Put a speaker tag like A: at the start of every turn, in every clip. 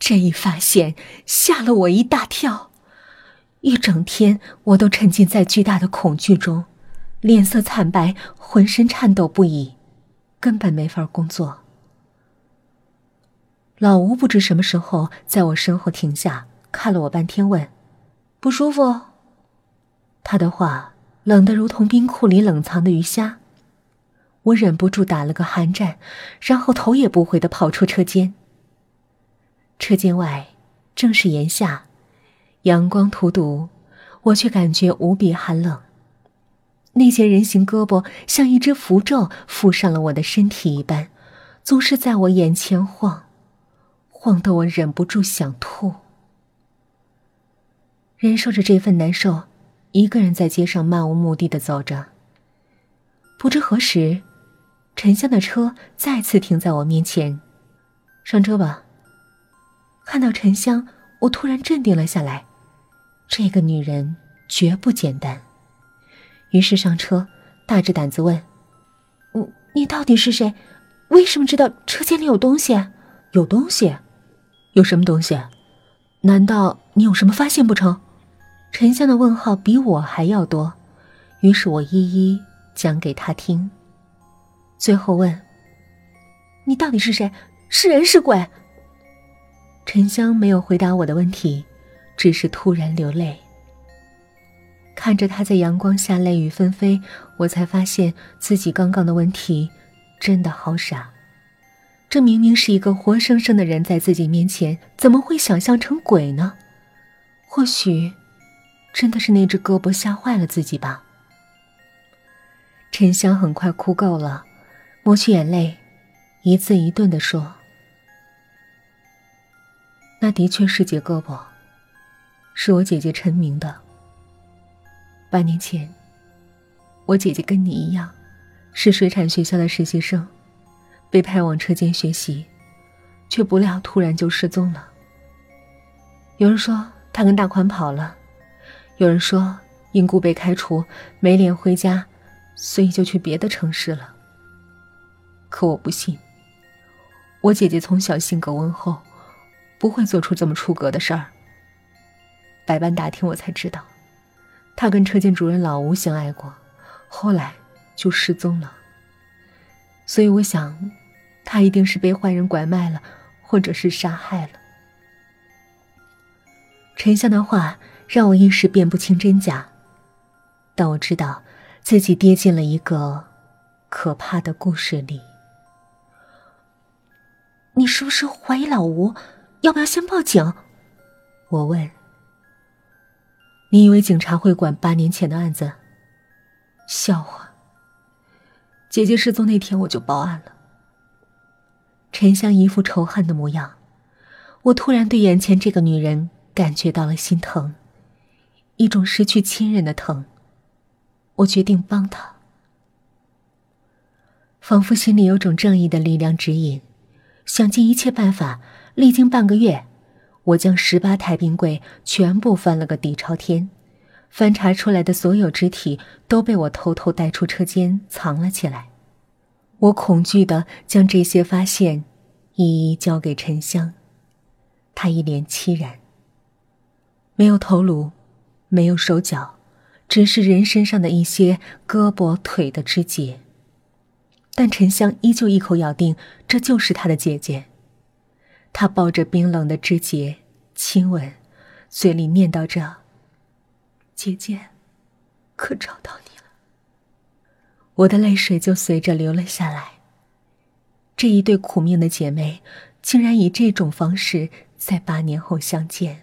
A: 这一发现吓了我一大跳，一整天我都沉浸在巨大的恐惧中，脸色惨白，浑身颤抖不已，根本没法工作。老吴不知什么时候在我身后停下，看了我半天问：不舒服？他的话冷得如同冰库里冷藏的鱼虾。我忍不住打了个寒战，然后头也不回地跑出车间。车间外正是炎夏，阳光荼毒，我却感觉无比寒冷。那截人形胳膊像一只符咒附上了我的身体一般，总是在我眼前晃，晃得我忍不住想吐。忍受着这份难受，一个人在街上漫无目的地走着。不知何时，沉香的车再次停在我面前。上车吧。看到沉香，我突然镇定了下来，这个女人绝不简单。于是上车，大着胆子问：你到底是谁？为什么知道车间里有东西？有东西？有什么东西？难道你有什么发现不成？沉香的问号比我还要多，于是我一一讲给他听。最后问：你到底是谁？是人是鬼？沉香没有回答我的问题，只是突然流泪。看着他在阳光下泪雨纷飞，我才发现自己刚刚的问题真的好傻。这明明是一个活生生的人在自己面前，怎么会想象成鬼呢？或许真的是那只胳膊吓坏了自己吧。沉香很快哭够了，抹去眼泪，一字一顿地说：那的确是截胳膊，是我姐姐陈明的。8年前，我姐姐跟你一样，是水产学校的实习生，被派往车间学习，却不料突然就失踪了。有人说她跟大宽跑了，有人说因故被开除，没脸回家，所以就去别的城市了。可我不信，我姐姐从小性格温厚，不会做出这么出格的事儿。百般打听我才知道，她跟车间主任老吴相爱过，后来就失踪了。所以我想，她一定是被坏人拐卖了，或者是杀害了。沉香的话让我一时辨不清真假，但我知道自己跌进了一个可怕的故事里。你是不是怀疑老吴？要不要先报警？我问。你以为警察会管8年前的案子？笑话！姐姐失踪那天我就报案了。沉香一副仇恨的模样，我突然对眼前这个女人感觉到了心疼，一种失去亲人的疼。我决定帮她，仿佛心里有种正义的力量指引，想尽一切办法。历经半个月，我将18台冰柜全部翻了个底朝天，翻查出来的所有肢体都被我偷偷带出车间藏了起来。我恐惧地将这些发现一一交给沉香，她一脸凄然。没有头颅，没有手脚，只是人身上的一些胳膊腿的肢节。但沉香依旧一口咬定这就是她的姐姐。她抱着冰冷的肢节亲吻，嘴里念叨着：姐姐，可找到你了。我的泪水就随着流了下来。这一对苦命的姐妹竟然以这种方式在8年后相见。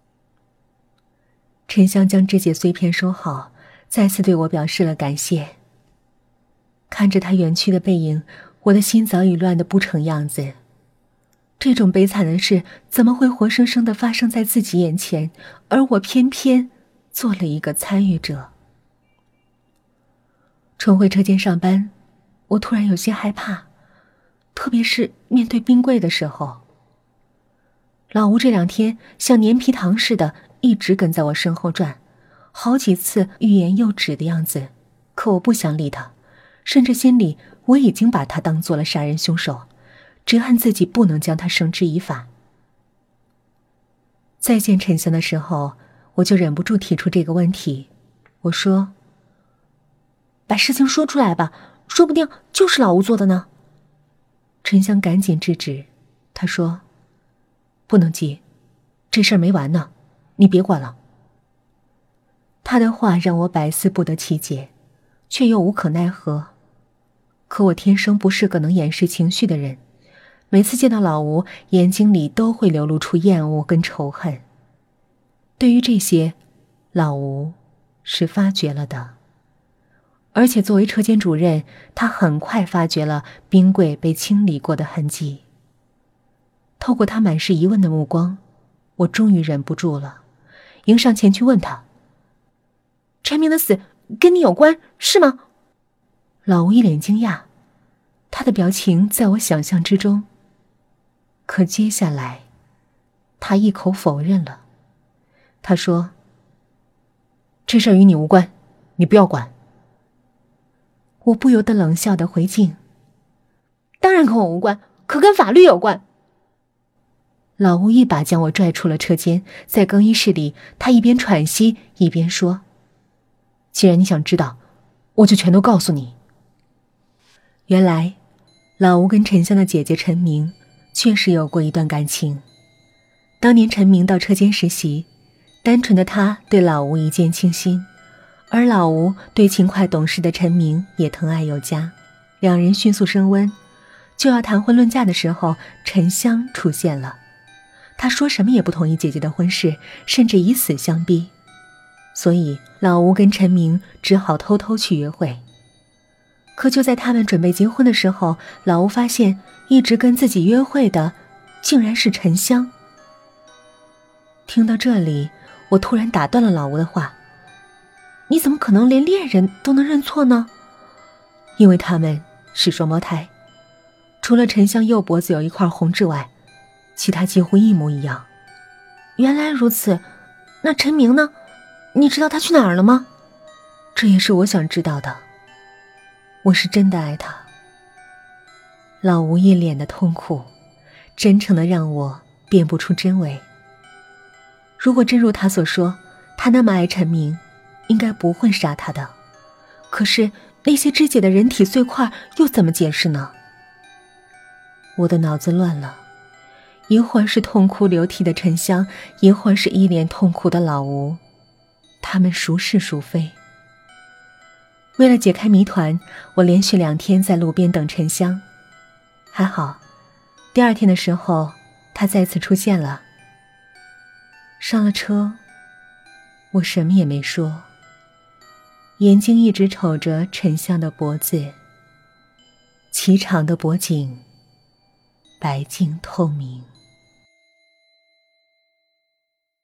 A: 沉香将肢解碎片收好，再次对我表示了感谢。看着她远去的背影，我的心早已乱得不成样子。这种悲惨的事怎么会活生生地发生在自己眼前，而我偏偏做了一个参与者。重回车间上班，我突然有些害怕，特别是面对冰柜的时候。老吴这2天像粘皮糖似的一直跟在我身后转，好几次欲言又止的样子，可我不想理他，甚至心里我已经把他当做了杀人凶手，只恨自己不能将他绳之以法。 再见沉香的时候，我就忍不住提出这个问题。我说：“把事情说出来吧，说不定就是老吴做的呢。”沉香赶紧制止，他说：“不能急，这事儿没完呢，你别管了。”他的话让我百思不得其解，却又无可奈何。可我天生不是个能掩饰情绪的人，每次见到老吴，眼睛里都会流露出厌恶跟仇恨。对于这些，老吴是发觉了的。而且作为车间主任，他很快发觉了冰柜被清理过的痕迹。透过他满是疑问的目光，我终于忍不住了，迎上前去问他：“陈明的死跟你有关，是吗？”老吴一脸惊讶，他的表情在我想象之中。可接下来，他一口否认了。他说：“这事儿与你无关，你不要管。”我不由得冷笑地回敬：“当然跟我无关，可跟法律有关。”老吴一把将我拽出了车间，在更衣室里，他一边喘息一边说：“既然你想知道，我就全都告诉你。”原来，老吴跟沉香的姐姐陈明确实有过一段感情。当年陈明到车间实习，单纯的他对老吴一见倾心，而老吴对勤快懂事的陈明也疼爱有加，两人迅速升温。就要谈婚论嫁的时候，沉香出现了。他说什么也不同意姐姐的婚事，甚至以死相逼。所以老吴跟陈明只好偷偷去约会。可就在他们准备结婚的时候，老吴发现一直跟自己约会的竟然是沉香。听到这里，我突然打断了老吴的话：“你怎么可能连恋人都能认错呢？”因为他们是双胞胎，除了沉香右脖子有一块红痣外，其他几乎一模一样。原来如此，那陈明呢？你知道他去哪儿了吗？这也是我想知道的。我是真的爱他。老吴一脸的痛苦，真诚的让我辨不出真伪。如果真如他所说，他那么爱陈明，应该不会杀他的。可是那些肢解的人体碎块又怎么解释呢？我的脑子乱了，一会儿是痛哭流涕的沉香，一会儿是一脸痛苦的老吴，他们孰是孰非？为了解开谜团，我连续2天在路边等沉香。还好，第2天的时候，他再次出现了。上了车，我什么也没说，眼睛一直瞅着沉香的脖子，颀长的脖颈，白净透明。